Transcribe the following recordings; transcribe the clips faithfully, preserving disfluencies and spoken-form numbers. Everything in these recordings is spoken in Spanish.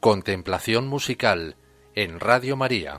Contemplación musical en Radio María.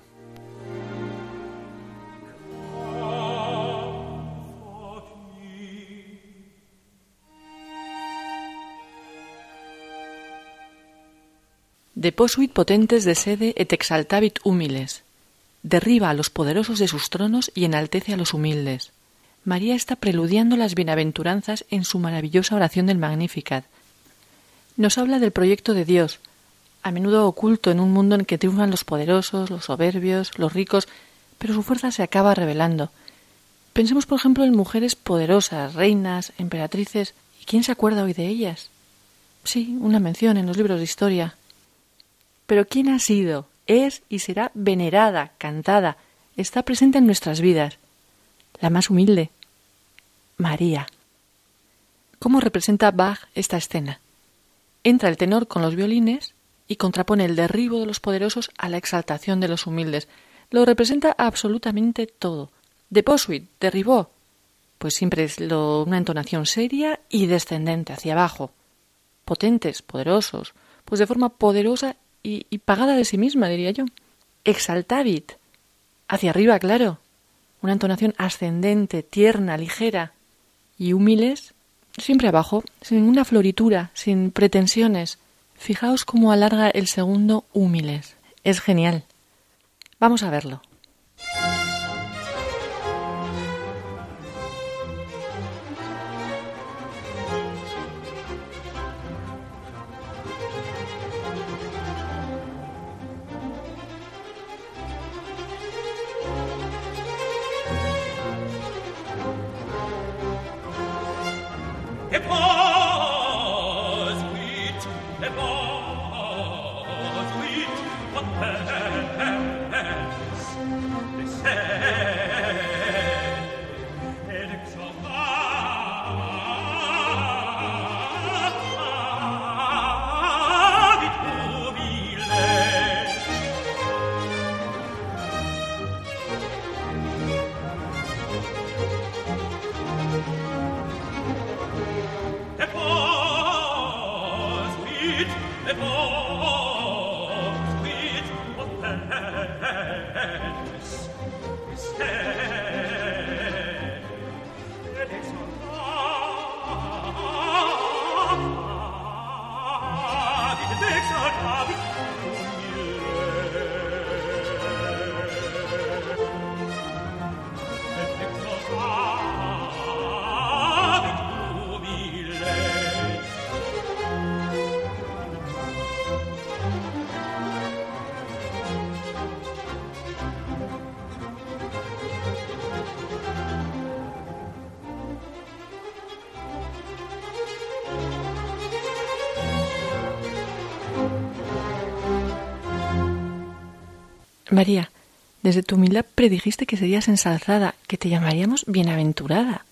Deposuit potentes de sede et exaltavit humiles. Derriba a los poderosos de sus tronos y enaltece a los humildes. María está preludiando las bienaventuranzas en su maravillosa oración del Magnificat. Nos habla del proyecto de Dios, a menudo oculto en un mundo en que triunfan los poderosos, los soberbios, los ricos, pero su fuerza se acaba revelando. Pensemos, por ejemplo, en mujeres poderosas, reinas, emperatrices. ¿Y quién se acuerda hoy de ellas? Sí, una mención en los libros de historia. Pero ¿quién ha sido, es y será venerada, cantada, está presente en nuestras vidas? La más humilde, María. ¿Cómo representa Bach esta escena? Entra el tenor con los violines y contrapone el derribo de los poderosos a la exaltación de los humildes. Lo representa absolutamente todo. Deposuit, derribó. Pues siempre es lo, una entonación seria y descendente hacia abajo. Potentes, poderosos, pues de forma poderosa y, y pagada de sí misma, diría yo. Exaltavit, hacia arriba, claro. Una entonación ascendente, tierna, ligera. Y humildes, siempre abajo, sin ninguna floritura, sin pretensiones. Fijaos cómo alarga el segundo humildes. Es genial. Vamos a verlo. María, desde tu humildad predijiste que serías ensalzada, que te llamaríamos bienaventurada.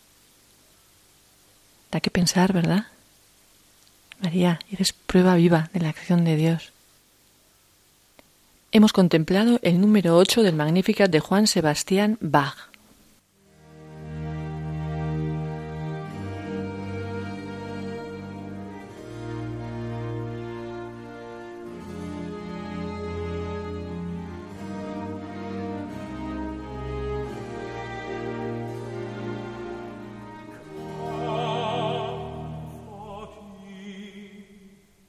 Da que pensar, ¿verdad? María, eres prueba viva de la acción de Dios. Hemos contemplado el número ocho del Magnificat de Juan Sebastián Bach.